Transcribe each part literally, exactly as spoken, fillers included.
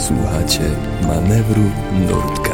Słuchacie Manewru Nurtka.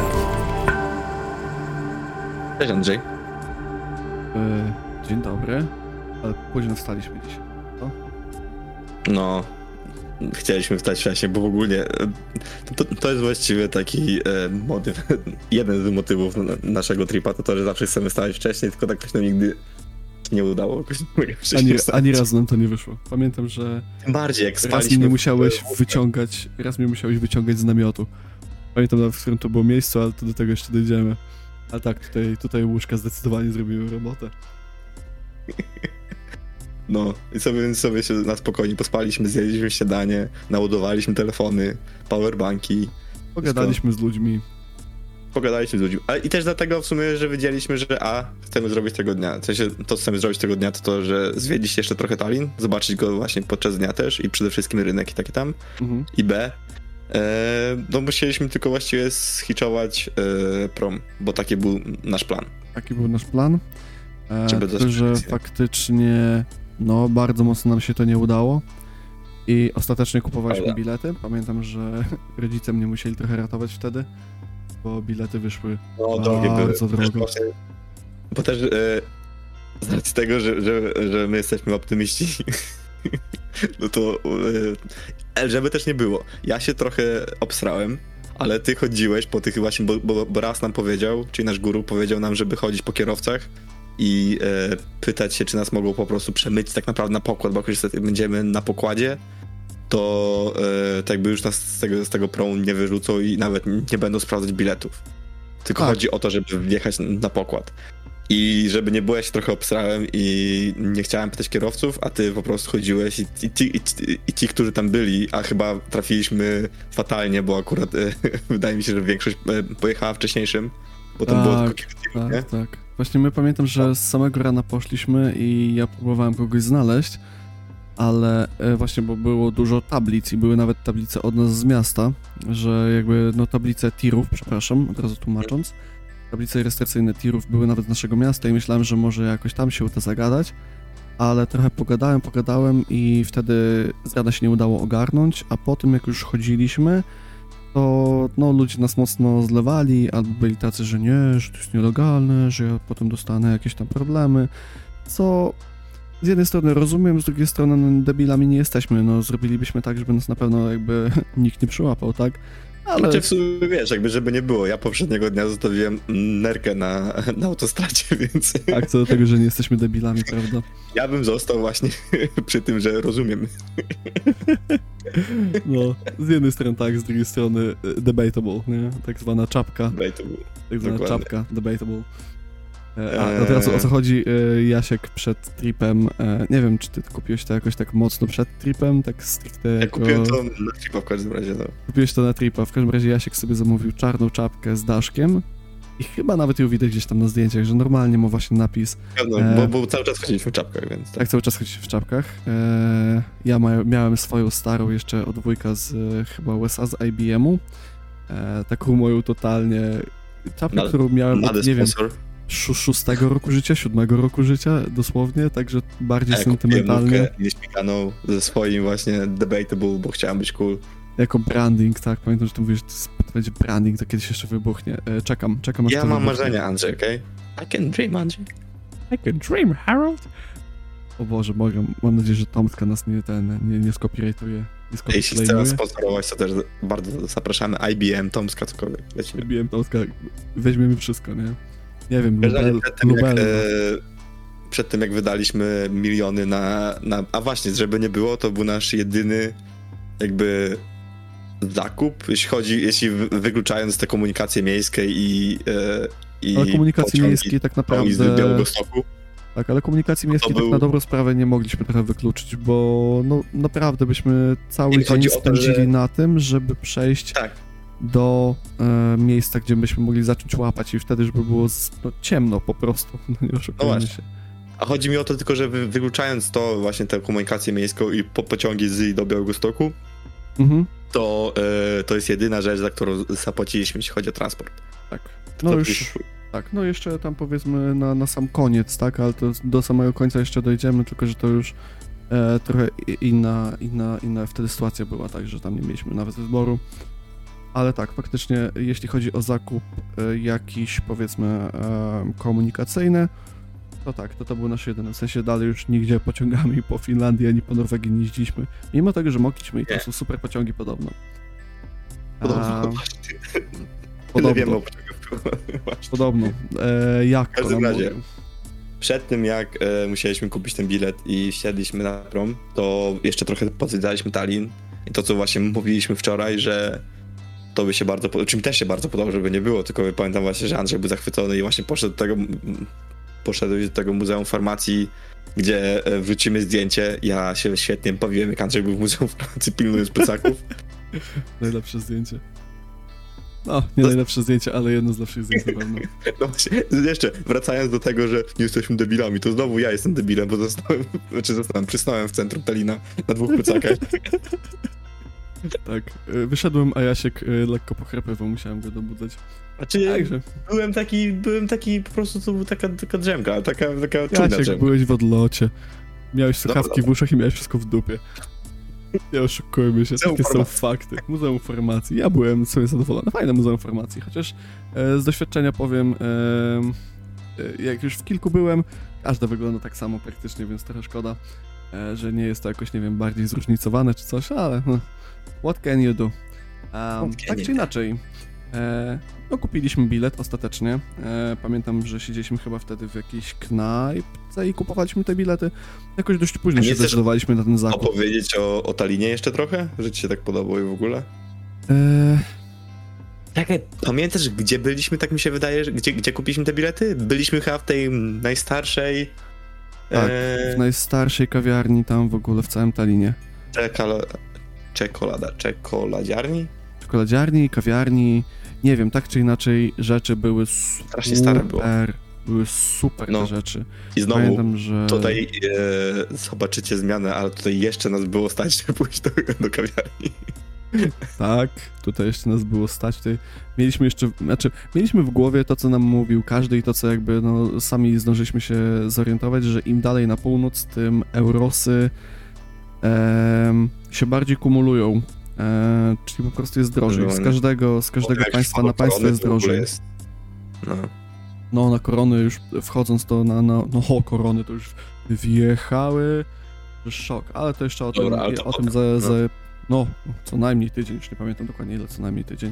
Cześć Andrzej. Yy, dzień dobry. Ale późno wstaliśmy dzisiaj. No, No, chcieliśmy wstać wcześniej, bo w ogóle to, to jest właściwie taki e, motyw, jeden z motywów na, naszego tripa, to to, że zawsze chcemy wstać wcześniej, tylko tak ktoś nam nigdy nie udało jakoś ani, ani razu nam to nie wyszło. Pamiętam, że Tym bardziej jak raz spaliśmy... mnie musiałeś wyciągać, raz mnie musiałeś wyciągać z namiotu. Pamiętam nawet, w którym to było miejsce, ale to do tego jeszcze dojdziemy. Ale tak, tutaj, tutaj łóżka zdecydowanie zrobiły robotę. No, i sobie, więc sobie się na spokojnie pospaliśmy, zjedliśmy śniadanie, naładowaliśmy telefony, powerbanki. Pogadaliśmy z ludźmi. Pogadaliśmy z ludźmi. Ale i też dlatego w sumie, że wiedzieliśmy, że a, chcemy zrobić tego dnia. W sensie, to co chcemy zrobić tego dnia, to to, że zwiedzić jeszcze trochę Tallinn, zobaczyć go właśnie podczas dnia też i przede wszystkim rynek i takie tam. Mhm. I B, e, no musieliśmy tylko właściwie zhitchować e, prom, bo taki był nasz plan. Taki był nasz plan. E, Żeby tylko, dostać że akcję. faktycznie, no, bardzo mocno nam się to nie udało. I ostatecznie kupowaliśmy Prawda. bilety. Pamiętam, że rodzice mnie musieli trochę ratować wtedy, bo bilety wyszły No, drogie były. bardzo Też drogo. właśnie- Bo też e, z racji tego, że, że, że my jesteśmy optymiści, no to e, żeby też nie było. Ja się trochę obsrałem, ale ty chodziłeś po tych właśnie, bo, bo, bo raz nam powiedział, czyli nasz guru powiedział nam, żeby chodzić po kierowcach i e, pytać się, czy nas mogą po prostu przemycić tak naprawdę na pokład, bo jak już niestety będziemy na pokładzie, to e, tak jakby już nas z tego, z tego promu nie wyrzucą i nawet nie będą sprawdzać biletów. Tylko Tak. chodzi o to, żeby wjechać na pokład. I żeby nie było, ja się trochę obsrałem i nie chciałem pytać kierowców, a ty po prostu chodziłeś i, i, ci, i, ci- i ci, którzy tam byli, a chyba trafiliśmy fatalnie, bo akurat e, wydaje mi się, że większość e, pojechała wcześniejszym, bo tam było Tak, tylko kilka tygodni, nie? Tak, tak. Właśnie my pamiętam, że z samego rana poszliśmy i ja próbowałem kogoś znaleźć, ale e, właśnie, bo było dużo tablic i były nawet tablice od nas z miasta, że jakby, no tablice tirów, przepraszam, od razu tłumacząc, tablice rejestracyjne tirów były nawet z naszego miasta i myślałem, że może jakoś tam się uda zagadać, ale trochę pogadałem, pogadałem i wtedy z rana się nie udało ogarnąć, a po tym jak już chodziliśmy, to no, ludzie nas mocno zlewali, albo byli tacy, że nie, że to jest nielegalne, że ja potem dostanę jakieś tam problemy, co z jednej strony rozumiem, z drugiej strony no, debilami nie jesteśmy, no zrobilibyśmy tak, żeby nas na pewno jakby nikt nie przyłapał, tak? Ale Znaczy w sumie wiesz, jakby żeby nie było, ja poprzedniego dnia zostawiłem nerkę na, na autostradzie, więc tak, co do tego, że nie jesteśmy debilami, prawda? ja bym został właśnie przy tym, że rozumiem. No, z jednej strony tak, z drugiej strony e, debatable, nie? Tak zwana czapka, Daj to było. tak zwana dokładnie. czapka, debatable. E, A, a Eee. teraz o co chodzi, e, Jasiek przed tripem, e, nie wiem, czy ty kupiłeś to jakoś tak mocno przed tripem, tak stricte Ja jako... kupiłem to na tripa w każdym razie, no. Kupiłeś to na tripa, w każdym razie Jasiek sobie zamówił czarną czapkę z daszkiem i chyba nawet ją widać gdzieś tam na zdjęciach, że normalnie ma właśnie napis, No, Eee. bo, bo cały czas chodziliśmy w czapkach, więc tak. tak cały czas chodzi w czapkach. E, ja ma, miałem swoją starą jeszcze od wujka z e, chyba U S A, z I B M u, e, taką moją totalnie, czapkę, Na- którą miałem Nady od, nie wiem, sponsor. szó- szóstego roku życia, siódmego roku życia, dosłownie, także bardziej A ja kupiłem sentymentalnie, nówkę nieśmiganą ze swoim właśnie debatable, bo chciałem być cool. jako branding, tak, pamiętam, że ty mówisz, że to, jest, to będzie branding, to kiedyś jeszcze wybuchnie. E, czekam, czekam aż Ja to mam wybuchnie. marzenia, Andrzej, okej? I can dream, Andrzej. I can dream, Harold. O Boże, mogę, mam nadzieję, że Tomska nas nie, ten, nie, nie skopirajtuje, nie Jeśli chce nas skopirajtuje. sponsorować, to też bardzo zapraszamy. I B M, Tomska, cokolwiek. Lecimy. Lubiłem Tomska, weźmiemy wszystko, nie? Nie wiem, Jeżeli Lubel, przed, tym jak, Lubel, e, przed tym jak wydaliśmy miliony na, na... A właśnie, żeby nie było, to był nasz jedyny jakby zakup, jeśli chodzi, jeśli wy- wykluczając te komunikacje miejskie i... E, i ale komunikacji pociągi miejskiej tak z naprawdę, Białegostoku. tak, ale komunikacji miejskiej był- tak na dobrą sprawę nie mogliśmy trochę wykluczyć, bo no naprawdę byśmy cały Nie, dzień chodzi o to, spędzili że- na tym, żeby przejść Tak. do e, miejsca, gdzie byśmy mogli zacząć łapać i wtedy, żeby było z, no, ciemno po prostu, no nie oszukujmy właśnie. się. A chodzi mi o to tylko, że wy- wykluczając to właśnie tę komunikację miejską i po, pociągi z i do Białegostoku, Mhm, to, e, to jest jedyna rzecz, za którą zapłaciliśmy, jeśli chodzi o transport. tak. No To już, tak, no jeszcze tam powiedzmy na, na sam koniec, tak, ale to do samego końca jeszcze dojdziemy, tylko że to już e, trochę i- inna, inna, inna wtedy sytuacja była, tak, że tam nie mieliśmy nawet wyboru. Ale tak, faktycznie, jeśli chodzi o zakup y, jakiś, powiedzmy, y, komunikacyjny, to tak, to to był nasz jedyny. W sensie dalej już nigdzie pociągami po Finlandii ani po Norwegii nie jeździliśmy. Mimo tego, że mogliśmy i to Nie. są super pociągi podobno. Podobno, A, właśnie. Tyle podobno. wiemy o pociągach. Właśnie. Podobno. E, jak W każdym to nam razie. mówił? Przed tym, jak e, musieliśmy kupić ten bilet i wsiedliśmy na prom, to jeszcze trochę pozwiedzaliśmy Tallin. I to, co właśnie mówiliśmy wczoraj, że to by się bardzo, po- czym też się bardzo podobało, żeby nie było, tylko pamiętam właśnie, że Andrzej był zachwycony i właśnie poszedł do tego, poszedł do tego Muzeum Farmacji, gdzie e, wrzucimy zdjęcie. Ja się świetnie bawiłem, jak Andrzej był w Muzeum Farmacji, pilnując plecaków. Najlepsze zdjęcie. No, nie najlepsze zdjęcie, ale jedno z lepszych zdjęć na pewno. No właśnie, jeszcze wracając do tego, że nie jesteśmy debilami, to znowu ja jestem debilem, bo zostałem, znaczy zostałem, przysnąłem w centrum Tallina na dwóch plecakach. Tak, y, wyszedłem, a Jasiek y, lekko pochrypywał, musiałem go dobudzać. Znaczy, Także, byłem taki, byłem taki, po prostu to była taka, taka drzemka, taka, taka czujna Jasiek, drzemka. byłeś w odlocie. Miałeś słuchawki dobra. w uszach i miałeś wszystko w dupie. Nie oszukujmy się, Muzeum takie są Farmacji. fakty. Muzeum Farmacji. Ja byłem sobie zadowolony. Fajne Muzeum Farmacji, chociaż e, z doświadczenia powiem, e, e, jak już w kilku byłem, każde wygląda tak samo praktycznie, więc trochę szkoda, e, że nie jest to jakoś, nie wiem, bardziej zróżnicowane czy coś, ale no, what can you do? Um, can tak you czy do? inaczej, e, no kupiliśmy bilet ostatecznie. E, pamiętam, że siedzieliśmy chyba wtedy w jakiejś knajpce i kupowaliśmy te bilety. Jakoś dość późno A nie się chcesz zdecydowaliśmy na ten zakup. Opowiedzieć o, o Tallinie jeszcze trochę? Że ci się tak podobało i w ogóle? E, Czekaj, pamiętasz, gdzie byliśmy, tak mi się wydaje, że gdzie, gdzie kupiliśmy te bilety? Byliśmy chyba w tej najstarszej... Tak, e, w najstarszej kawiarni tam w ogóle w całym Tallinie. czekala, czekolada, czekoladziarni? Czekoladziarni, kawiarni, nie wiem, tak czy inaczej rzeczy były super, Strasznie stare było. były super No. te rzeczy. I znowu Pamiętam, że... tutaj e, zobaczycie zmianę, ale tutaj jeszcze nas było stać, żeby pójść do, do kawiarni. Tak, tutaj jeszcze nas było stać, tutaj mieliśmy jeszcze, znaczy, mieliśmy w głowie to, co nam mówił każdy i to, co jakby, no, sami zdążyliśmy się zorientować, że im dalej na północ, tym eurosy em, się bardziej kumulują, e, czyli po prostu jest drożej. Z Zdecydowanie. każdego, z każdego Jak państwa wpadło na państwo korony, jest to w ogóle drożej. jest- No. No, na korony już wchodząc to na, na no ho, korony to już wjechały, szok, ale to jeszcze o tym, Dobra, ale to o tym potem, za, no. za, no, co najmniej tydzień, już nie pamiętam dokładnie ile, co najmniej tydzień.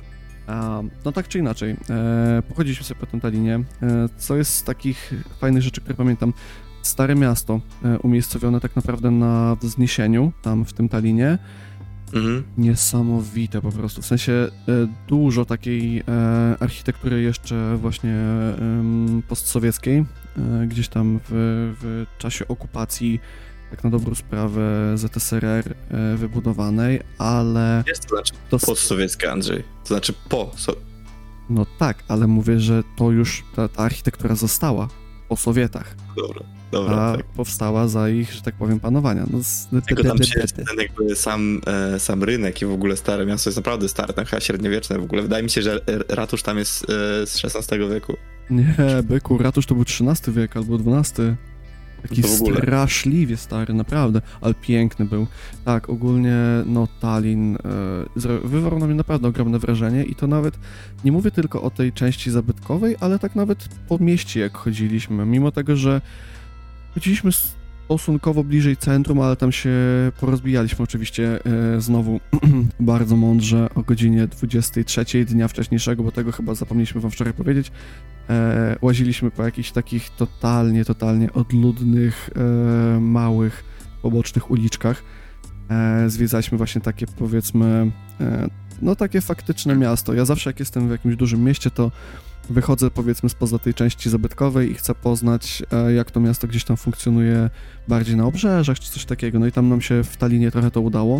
Um, no tak czy inaczej, e, pochodziliśmy sobie po tym Tallinie, e, co jest z takich fajnych rzeczy, które pamiętam, stare miasto, e, umiejscowione tak naprawdę na wzniesieniu, tam w tym Tallinie, Mhm. niesamowite po prostu, w sensie e, dużo takiej e, architektury jeszcze właśnie em, postsowieckiej, e, gdzieś tam w, w czasie okupacji, tak na dobrą sprawę Z S R R e, wybudowanej, ale Jest to znaczy to, postsowieckie, Andrzej. To znaczy po... So... no tak, ale mówię, że to już ta, ta architektura została po Sowietach, Dobra, dobra, a tak. powstała za ich, że tak powiem, panowania. No, z, Tylko tam się ten jakby sam, e, sam rynek i w ogóle stare miasto jest naprawdę stare, tam chyba średniowieczne w ogóle. Wydaje mi się, że r- ratusz tam jest e, z szesnastego wieku. Nie, byku, ratusz to był trzynasty wiek albo dwunasty. Taki To w ogóle. straszliwie stary, naprawdę, ale piękny był. Tak, ogólnie, no, Tallin e, zro- wywarł na mnie naprawdę ogromne wrażenie i to nawet, nie mówię tylko o tej części zabytkowej, ale tak nawet po mieście jak chodziliśmy, mimo tego, że chodziliśmy stosunkowo bliżej centrum, ale tam się porozbijaliśmy oczywiście e, znowu bardzo mądrze o godzinie dwudziestej trzeciej dnia wcześniejszego, bo tego chyba zapomnieliśmy wam wczoraj powiedzieć. E, łaziliśmy po jakichś takich totalnie, totalnie odludnych, e, małych, pobocznych uliczkach. E, zwiedzaliśmy właśnie takie, powiedzmy, e, no takie faktyczne miasto. Ja zawsze jak jestem w jakimś dużym mieście, to wychodzę, powiedzmy, spoza tej części zabytkowej i chcę poznać, e, jak to miasto gdzieś tam funkcjonuje bardziej na obrzeżach, czy coś takiego. No i tam nam się w Tallinie trochę to udało.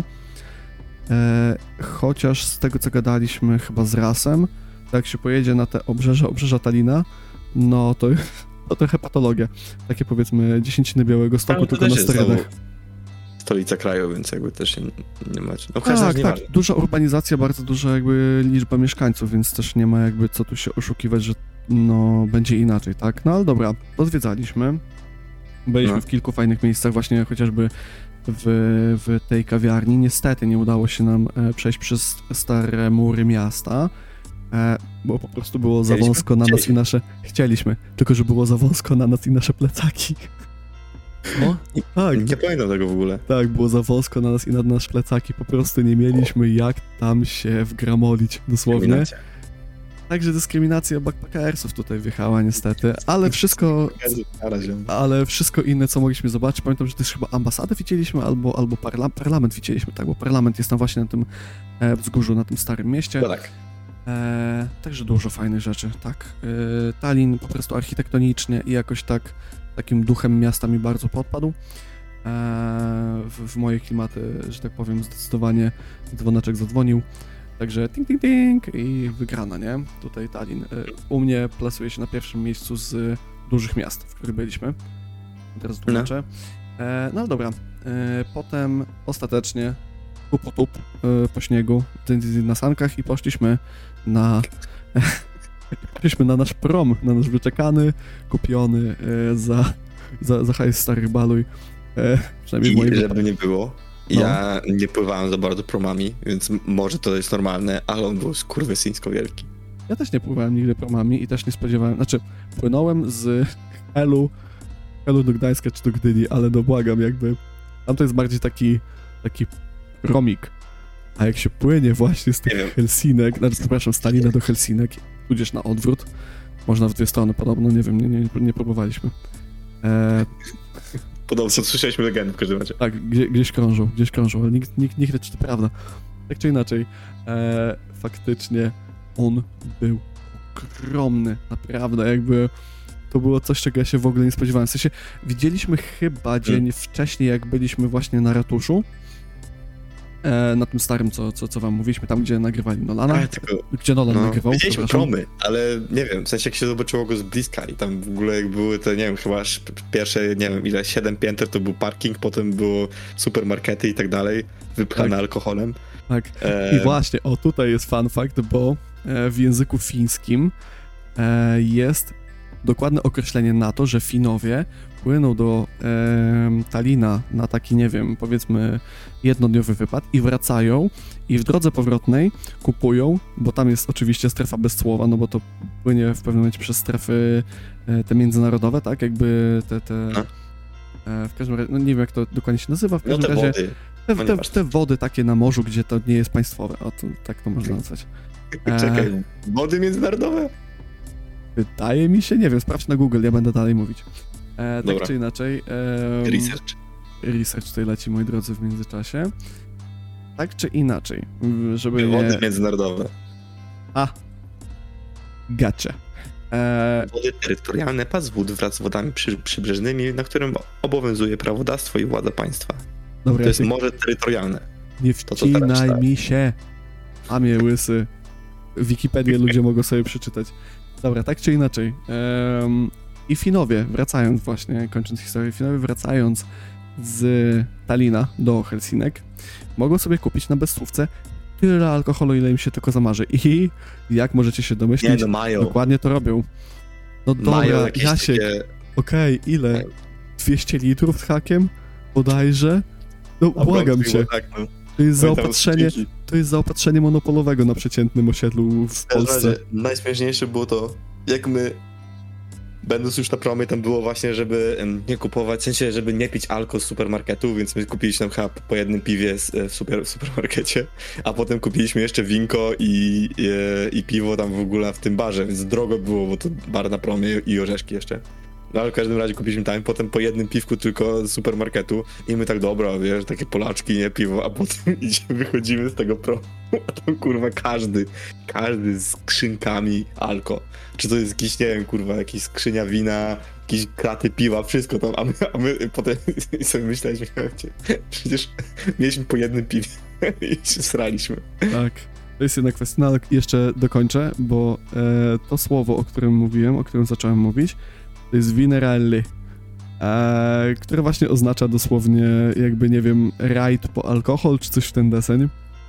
E, chociaż z tego, co gadaliśmy chyba z Rasem, to jak się pojedzie na te obrzeża, obrzeża Tallina, no to, to trochę patologia. Takie, powiedzmy, dziesięciny Białego Stoku, Ale to tylko też na jest sterydach. znowu stolica kraju, więc jakby też nie, nie macie. No w każdym Tak, razie nie tak, ważne. duża urbanizacja, bardzo duża jakby liczba mieszkańców, więc też nie ma jakby co tu się oszukiwać, że no będzie inaczej, tak? No ale dobra, pozwiedzaliśmy. Byliśmy No. w kilku fajnych miejscach, właśnie chociażby w, w tej kawiarni. Niestety nie udało się nam e, przejść przez stare mury miasta, e, bo po prostu było za Chcieliśmy? wąsko na nas Chcieliśmy. i nasze... Chcieliśmy, tylko że było za wąsko na nas i nasze plecaki. O, Tak, nie pamiętam tego w ogóle. tak, było za wąsko na nas i na nasze plecaki. Po prostu nie mieliśmy jak tam się wgramolić, dosłownie. Dyskryminacja. Także dyskryminacja backpackersów tutaj wjechała niestety, ale wszystko, Na razie. ale wszystko inne, co mogliśmy zobaczyć, pamiętam, że też chyba ambasadę widzieliśmy, albo, albo parla parlament widzieliśmy, tak, bo parlament jest tam właśnie na tym e, wzgórzu, na tym starym mieście. No tak. E, także dużo fajnych rzeczy, tak. E, Tallinn po prostu architektonicznie i jakoś tak takim duchem miasta mi bardzo podpadł. E, w, w moje klimaty, że tak powiem, zdecydowanie dzwoneczek zadzwonił. Także ting, ting, ting i wygrana, nie? Tutaj Tallinn. E, u mnie plasuje się na pierwszym miejscu z dużych miast, w których byliśmy. Teraz tłumaczę. E, no ale dobra. E, potem ostatecznie tup po tup e, po śniegu, dyn, dyn, dyn, na sankach i poszliśmy na poszliśmy na nasz prom, na nasz wyczekany, kupiony e, za, za, za hajs starych baluj. E, przynajmniej w I moim żeby nie było, ja nie pływałem za bardzo promami, więc m- może to jest normalne, ale on był skurwysyńsko wielki. Ja też nie pływałem nigdy promami i też nie spodziewałem, znaczy płynąłem z Helu, Helu do Gdańska czy do Gdyni, ale no błagam, jakby tam to jest bardziej taki, taki promik, a jak się płynie właśnie z Nie tych wiem. Helsinek, znaczy przepraszam, z Tallina do Helsinek, tudzież na odwrót, można w dwie strony podobno, nie wiem, nie, nie, nie próbowaliśmy. E, Podobno słyszeliśmy legendę w każdym razie. tak, gdzie, gdzieś krążą, gdzieś krążą, ale nikt, nikt nie wie, czy to prawda. Tak czy inaczej, e, faktycznie on był ogromny, naprawdę, jakby to było coś, czego ja się w ogóle nie spodziewałem. W sensie, widzieliśmy chyba dzień wcześniej, jak byliśmy właśnie na ratuszu, e, na tym starym, co, co, co wam mówiliśmy, tam, gdzie nagrywali Nolana, Ale tylko, gdzie Nolan no, nagrywał, widzieliśmy przepraszam. promy, ale nie wiem, w sensie jak się zobaczyło go z bliska i tam w ogóle jak były te, nie wiem, chyba aż p- pierwsze, nie wiem ile, siedem pięter to był parking, potem było supermarkety i tak dalej, wypchane Tak. alkoholem. Tak. E, I właśnie, o tutaj jest fun fact, bo e, w języku fińskim e, jest dokładne określenie na to, że Finowie płyną do e, Tallina na taki, nie wiem, powiedzmy jednodniowy wypad i wracają i w drodze powrotnej kupują, bo tam jest oczywiście strefa bez słowa, no bo to płynie w pewnym momencie przez strefy e, te międzynarodowe, tak, jakby te, te No. e, w każdym razie, no nie wiem jak to dokładnie się nazywa, w no każdym te razie wody. te, no te, nieważne. te wody takie na morzu, gdzie to nie jest państwowe, o to, tak to można nazwać. E, Czekaj, wody międzynarodowe? Wydaje mi się, nie wiem, sprawdź na Google, ja będę dalej mówić. E, tak Dobra. czy inaczej. em, Research. Research tutaj leci, moi drodzy, w międzyczasie. Tak czy inaczej, m, żeby Wody nie... międzynarodowe. A, gacie. E, Wody terytorialne pas wód wraz z wodami przy, przybrzeżnymi, na którym obowiązuje prawodawstwo i władza państwa. dobra, To ja jest się, morze terytorialne. nie to, co teraz wcinaj czytałem. mi się. A mnie łysy. Wikipedię ludzie mogą sobie przeczytać. Dobra, tak czy inaczej. em, I Finowie, wracając właśnie, kończąc historię, Finowie wracając z Tallina do Helsinek, mogą sobie kupić na bezsłówce tyle alkoholu, ile im się tylko zamarzy. I jak możecie się Nie, domyślić, no mają. dokładnie to robią. No Mają dobra, jakieś Jasiek, takie... okej, ile? dwieście litrów z hakiem? Bodajże? No błagam Było cię, tak, no. to jest Pamiętam zaopatrzenie, skrzynki. to jest zaopatrzenie monopolowego na przeciętnym osiedlu w W każdym Polsce. razie najśmieszniejsze było to, jak my, będąc już na promie, tam było właśnie, żeby em, nie kupować, w sensie, żeby nie pić alko z supermarketu, więc my kupiliśmy tam chyba po jednym piwie z, e, w, super, w supermarkecie, a potem kupiliśmy jeszcze winko i, e, i piwo tam w ogóle w tym barze, więc drogo było, bo to bar na promie i orzeszki jeszcze. No ale w każdym razie kupiliśmy tam potem po jednym piwku tylko z supermarketu i my tak, dobra, wiesz, takie Polaczki, nie piwo, a potem idziemy, wychodzimy z tego promu, a tam kurwa każdy, każdy z skrzynkami alko. Czy to jest jakiś, nie wiem, kurwa, jakaś skrzynia wina, jakieś kraty piwa, wszystko tam, a my, a my potem sobie myśleliśmy, przecież mieliśmy po jednym piwie i się sraliśmy. Tak, to jest jedna kwestia. No ale jeszcze dokończę, bo e, to słowo, o którym mówiłem, o którym zacząłem mówić, to jest vinerelli, e, które właśnie oznacza dosłownie jakby, nie wiem, rajd po alkohol, czy coś w ten deseń.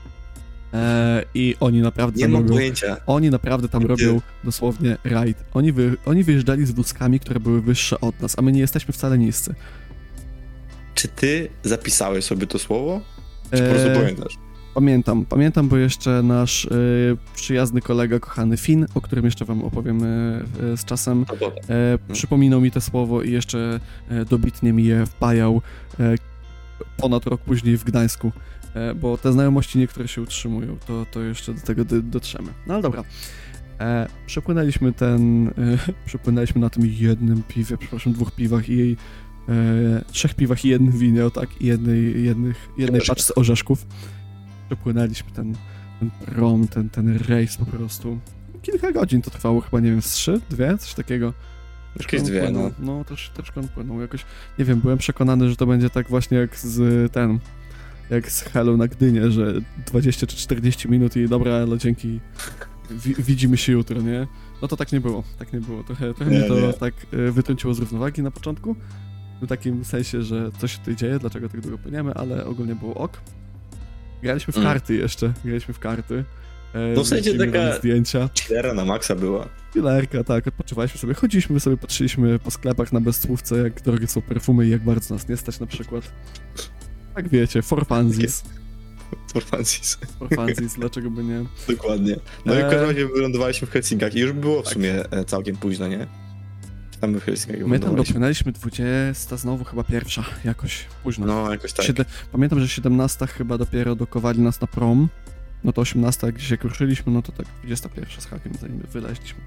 E, I oni naprawdę Nie tam mam robią, pojęcia. oni naprawdę tam Nie. robią dosłownie rajd. Oni, wy, oni wyjeżdżali z wózkami, które były wyższe od nas, a my nie jesteśmy wcale niscy. czy ty zapisałeś sobie to słowo? Czy po prostu Eee, pamiętasz? Pamiętam, pamiętam, bo jeszcze nasz y, przyjazny kolega, kochany Finn, o którym jeszcze wam opowiemy y, z czasem, No potem. e, przypominał mi to słowo i jeszcze e, dobitnie mi je wpajał e, ponad rok później w Gdańsku, e, bo te znajomości niektóre się utrzymują, to, to jeszcze do tego do, dotrzemy. No ale dobra. E, przepłynęliśmy ten, e, przepłynęliśmy na tym jednym piwie, przepraszam, dwóch piwach i e, trzech piwach i jednym winie, o tak, i jednej, jednych, jednej paczce orzeszków. Przepłynęliśmy ten, ten prom, ten, ten rejs po prostu. Kilka godzin to trwało, chyba nie wiem, z trzy, dwie, coś takiego. Jakieś on dwie, płynął. no. No, też, troszkę on płynął jakoś, nie wiem, byłem przekonany, że to będzie tak właśnie jak z ten, jak z Hello na Gdynię, że dwadzieścia czy czterdzieści minut i dobra, ale dzięki, wi widzimy się jutro, nie? No to tak nie było, tak nie było, trochę, trochę Nie, mnie to nie. tak y, wytrąciło z równowagi na początku, w takim sensie, że coś się tutaj dzieje, dlaczego tak długo płyniemy, ale ogólnie było ok. Graliśmy w Mm. karty jeszcze, graliśmy w karty. E, No w sensie wrzucimy taka- wam zdjęcia. Chillera na maksa była. Chillerka, tak, odpoczywaliśmy sobie, chodziliśmy sobie, patrzyliśmy po sklepach na bezsłówce, jak drogie są perfumy i jak bardzo nas nie stać na przykład. Tak wiecie, for funsies. For Francis. For funsies, dlaczego by nie? Dokładnie. No i w Eee. każdym razie wylądowaliśmy w Helsinkach i już było w Tak. sumie e, całkiem późno, nie? Czy tam my w Helsinkach My tam wylądowaliśmy? dopłynęliśmy dwudziesta znowu chyba pierwsza, jakoś późno. No, jakoś tak. Siedem, pamiętam, że siedemnasta chyba dopiero dokowali nas na prom, no to osiemnasta jak gdzieś się ruszyliśmy, no to tak dwudziesta pierwsza z hakiem, zanim wyleźliśmy.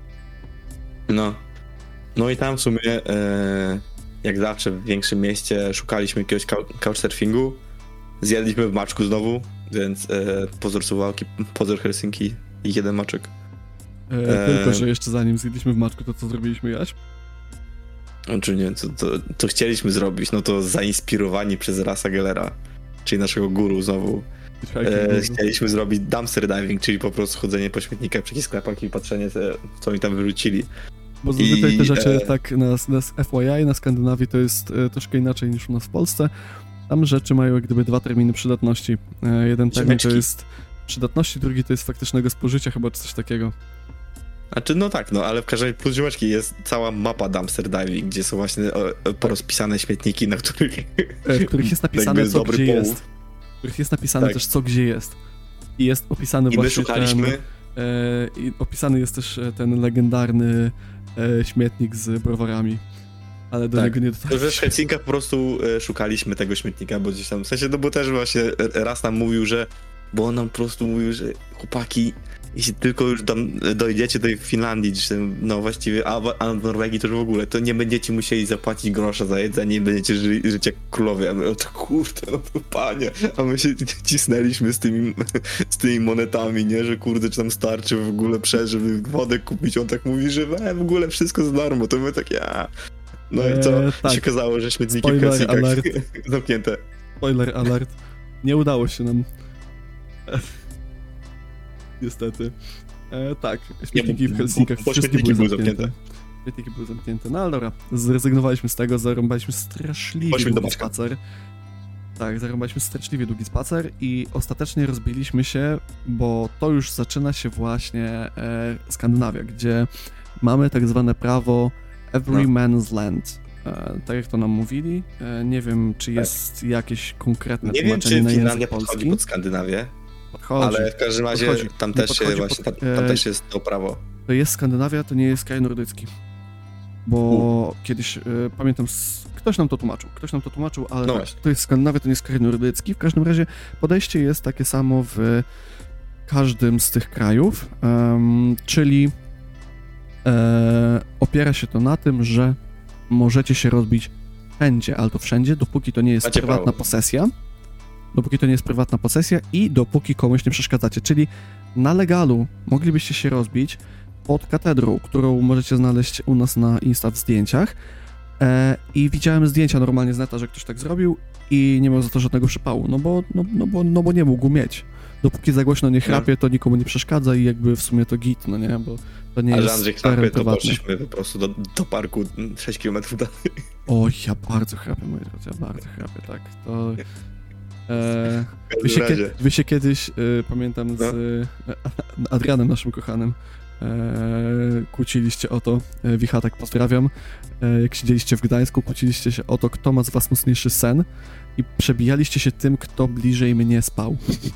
No. No i tam w sumie, e, jak zawsze w większym mieście, szukaliśmy jakiegoś cou- couchsurfingu. Zjadliśmy w maczku znowu, więc e, pozór Suwałki, pozór Helsinki i jeden maczek. E, Eee. Tylko, że jeszcze zanim zjedliśmy w maczku, to co zrobiliśmy, Jaś? Znaczy nie, co, to, to chcieliśmy zrobić, no to zainspirowani przez Rasa Gellera, czyli naszego guru znowu. E, chcieliśmy zrobić dumpster diving, czyli po prostu chodzenie po śmietnikach, przy jakichś sklepach i patrzenie, te, co oni tam wyrzucili. Bo zazwyczaj te I, rzeczy e, tak na, na F Y I, na Skandynawii to jest e, troszkę inaczej niż u nas w Polsce. Tam rzeczy mają jak gdyby dwa terminy przydatności. E, jeden termin to Ziomeczki. jest przydatności, drugi to jest faktycznego spożycia chyba, czy coś takiego. Znaczy, no tak, no ale w każdym razie plus ziomeczki jest cała mapa dumpster diving, gdzie są właśnie e, e, porozpisane śmietniki, na których E, w których jest napisane jakby jest co dobry gdzie połów. jest. W których jest napisane Tak. też co gdzie jest. I jest opisany I my właśnie szukaliśmy, ten... E, I opisany jest też e, ten legendarny e, śmietnik z browarami. Ale do Tak. niego nie to że w dotarliśmy. Helsinkach po prostu e, szukaliśmy tego śmietnika, bo gdzieś tam, w sensie, no bo też właśnie e, raz nam mówił, że, bo on nam po prostu mówił, że chłopaki, jeśli tylko już tam dojdziecie do Finlandii, czy tam, no właściwie, a, w- a w Norwegii to już w ogóle, to nie będziecie musieli zapłacić grosza za jedzenie i będziecie ży, żyć jak królowie. A my, o to kurde, no to panie, a my się cisnęliśmy z tymi, z tymi monetami, nie, że kurde, czy tam starczy w ogóle przez, żeby wodę kupić. On tak mówi, że we, w ogóle wszystko za darmo, to my tak, ja. No i co? Eee, tak. Się okazało, że śmietniki Spoiler w Helsinkach alert. zamknięte. Spoiler alert. Nie udało się nam. Niestety. E, tak, śmietniki bo- w Helsinkach bo- bo wszystkie śmietniki były były zamknięte. zamknięte. Śmietniki były zamknięte. No ale dobra, zrezygnowaliśmy z tego, zarąbaliśmy straszliwie Poszliśmy do długi Maćka. spacer. Tak, zarąbaliśmy straszliwie długi spacer i ostatecznie rozbiliśmy się, bo to już zaczyna się właśnie e, Skandynawia, gdzie mamy tak zwane prawo Every No. Man's Land. E, tak jak to nam mówili. E, nie wiem, czy jest jakieś konkretne Nie wiem, tłumaczenie czy na język Finlandia podchodzi polski. pod Skandynawię, Podchodzi. ale w każdym razie Podchodzi. tam Nie też się podchodzi właśnie, pod- tam, tam e, też jest to prawo. To jest Skandynawia, to nie jest kraj nordycki. Bo kiedyś, y, pamiętam, s- ktoś nam to tłumaczył, ktoś nam to tłumaczył, ale No tak, właśnie. to jest Skandynawia, to nie jest kraj nordycki. W każdym razie podejście jest takie samo w każdym z tych krajów, em, czyli e, opiera się to na tym, że możecie się rozbić wszędzie, ale to wszędzie, dopóki to nie jest Macie prywatna prawo. posesja, dopóki to nie jest prywatna posesja i dopóki komuś nie przeszkadzacie, czyli na legalu moglibyście się rozbić pod katedrą, którą możecie znaleźć u nas na Insta w zdjęciach. E, I widziałem zdjęcia normalnie z neta, że ktoś tak zrobił i nie miał za to żadnego przypału, no bo, no, no bo, no bo nie mógł mieć. Dopóki za głośno nie chrapie, to nikomu nie przeszkadza i jakby w sumie to git, no nie, bo to nie A że jest Andrzej teren chrapie, to prywatny. poszliśmy po prostu do, do parku sześć kilometrów dalej. Oj, ja bardzo chrapię, moi drodzy, ja bardzo chrapię, tak, to... E, W wy, się, każdym kie- razie. wy się kiedyś, y, pamiętam, z No. y, Adrianem, naszym kochanym, e, kłóciliście o to, e, Wichatek pozdrawiam, e, jak siedzieliście w Gdańsku, kłóciliście się o to, kto ma z was mocniejszy sen i przebijaliście się tym, kto bliżej mnie spał.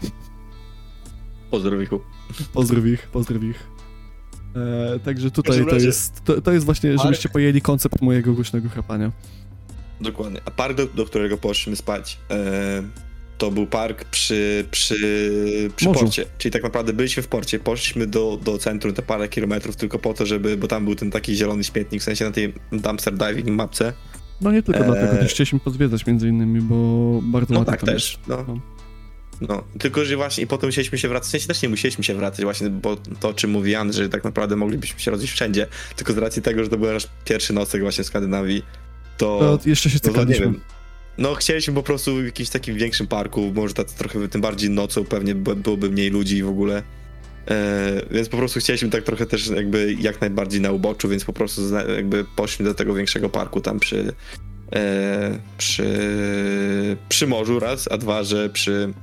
Pozdrow, Wichu. Pozdrow ich, pozdrow ich. E, także tutaj każdym to razie- jest, to, to jest właśnie, żebyście pojęli koncept mojego głośnego chrapania. Dokładnie. A park, do, do którego poszliśmy spać, e, to był park przy, przy, przy Morzu. porcie. Czyli tak naprawdę byliśmy w porcie, poszliśmy do, do centrum te parę kilometrów tylko po to, żeby, bo tam był ten taki zielony śmietnik, w sensie na tej dumpster diving mapce. No nie tylko Eee. dlatego, też chcieliśmy pozwiedzać między innymi, bo bardzo No ładnie tak, tam też. jest. No. No. No, tylko że właśnie i potem musieliśmy się wracać, w sensie też nie musieliśmy się wracać właśnie, bo to o czym mówi Jan, że tak naprawdę moglibyśmy się rozejść wszędzie, tylko z racji tego, że to był nasz pierwszy nocleg właśnie w Skandynawii, to... To jeszcze się no, to nie cykaliśmy. wiem. No chcieliśmy po prostu w jakimś takim większym parku, może tak trochę tym bardziej nocą, pewnie by- byłoby mniej ludzi w ogóle. E, więc po prostu chcieliśmy tak trochę też jakby jak najbardziej na uboczu, więc po prostu zna- jakby poszliśmy do tego większego parku tam przy e, przy, przy morzu raz, a dwa, że przy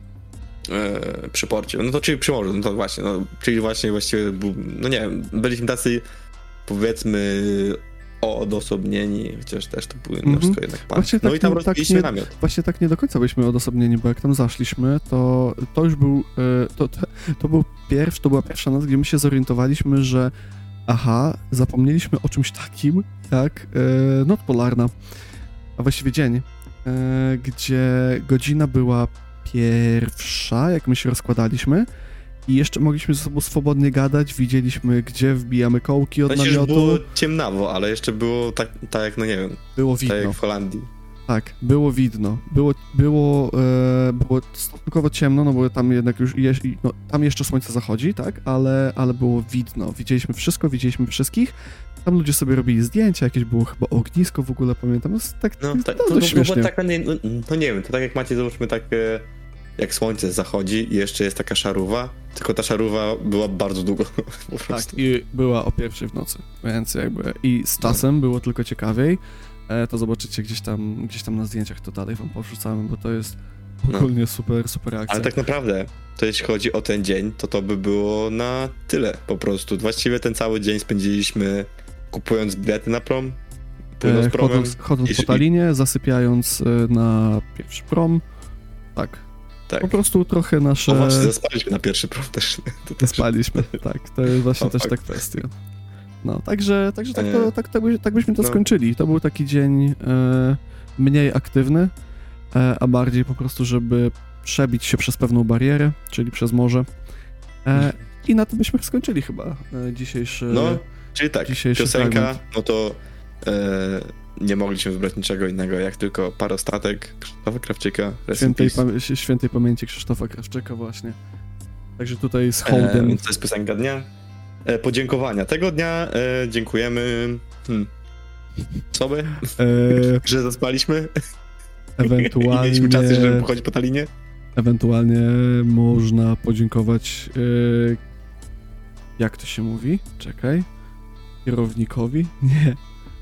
e, przy porcie. No to czyli przy morzu, no to właśnie, no, czyli właśnie właściwie, był, no nie wiem, byliśmy tacy powiedzmy odosobnieni, chociaż też to był Mhm. mnóstwo jednak park. Właśnie No tak i tam nie- tak rozbiliśmy nie- namiot. Właśnie tak nie do końca byliśmy odosobnieni, bo jak tam zaszliśmy, to to już był, e, to, to, to był pierwszy, to była pierwsza noc, gdzie my się zorientowaliśmy, że aha, zapomnieliśmy o czymś takim jak e, noc polarna, a właściwie dzień, e, gdzie godzina była pierwsza, jak my się rozkładaliśmy i jeszcze mogliśmy ze sobą swobodnie gadać, widzieliśmy, gdzie wbijamy kołki od Znaczy już namiotu, było było, ciemnawo, ale jeszcze było tak, tak jak, no nie wiem, tak widno. jak w Holandii. Tak, było widno. Było, było, e, było stosunkowo ciemno, no bo tam jednak już, je, no, tam jeszcze słońce zachodzi, tak, ale, ale było widno. Widzieliśmy wszystko, widzieliśmy wszystkich. Tam ludzie sobie robili zdjęcia, jakieś było chyba ognisko w ogóle, pamiętam. No, tak, No, tak, no, to, dość to, to, śmiesznie. tak, no, nie, no, no nie wiem, to tak jak macie, załóżmy tak, e, jak słońce zachodzi i jeszcze jest taka szarówa, tylko ta szarówa była bardzo długo, po Tak, prostu. i była o pierwszej w nocy, więc jakby i z czasem było tylko ciekawiej. E, to zobaczycie gdzieś tam, gdzieś tam na zdjęciach, to dalej wam porzucamy, bo to jest No. ogólnie super, super akcja. Ale tak naprawdę, to jeśli chodzi o ten dzień, to to by było na tyle po prostu. Właściwie ten cały dzień spędziliśmy kupując bilety na prom, płynąc E, promem. chodząc, chodząc i- po Talinie, zasypiając e, na pierwszy prom. Tak. Tak. Po prostu trochę nasze... O, właśnie, zaspaliśmy na pierwszy prom też. To też. Spaliśmy, tak. To jest właśnie O, też tak. ta kwestia. No, także, także tak, to, E, tak, tak, by, tak byśmy to no. skończyli. To był taki dzień e, mniej aktywny, e, a bardziej po prostu, żeby przebić się przez pewną barierę, czyli przez morze. E, I na tym byśmy skończyli chyba e, dzisiejszy... No, czyli tak, dzisiejszy piosenka, fragment. no to e, nie mogliśmy wybrać niczego innego, jak tylko Parostatek Krzysztofa Krawczyka. Rest in Świętej, peace. pamię- świętej pamięci Krzysztofa Krawczyka właśnie. Także tutaj z E, hołdem. więc to jest piosenka dnia. E, podziękowania tego dnia e, dziękujemy hmm, sobie, E, że zaspaliśmy i ewentualnie, mieliśmy czas, żeby pochodzić po Talinie. ewentualnie można podziękować, e, jak to się mówi? Czekaj. Kierownikowi? Nie.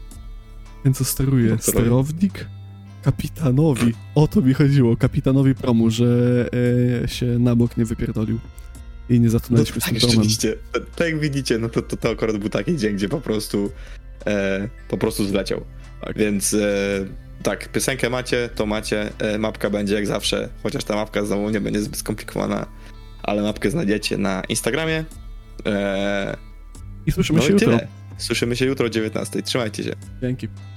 Ten, co steruje. No, steruje. Sterownik? Kapitanowi. O to mi chodziło. Kapitanowi promu, że e, się na bok nie wypierdolił. I nie No zatonęliśmy z tak, tym promem. rzeczywiście. Tak, tak jak widzicie, no to, to, to akurat był taki dzień, gdzie po prostu e, po prostu zleciał. Tak. Więc e, tak, piosenkę macie, to macie, e, mapka będzie jak zawsze, chociaż ta mapka znowu nie będzie zbyt skomplikowana, ale mapkę znajdziecie na Instagramie. E, I słyszymy no się i jutro. tyle. Słyszymy się jutro o dziewiętnastej. Trzymajcie się. Dzięki.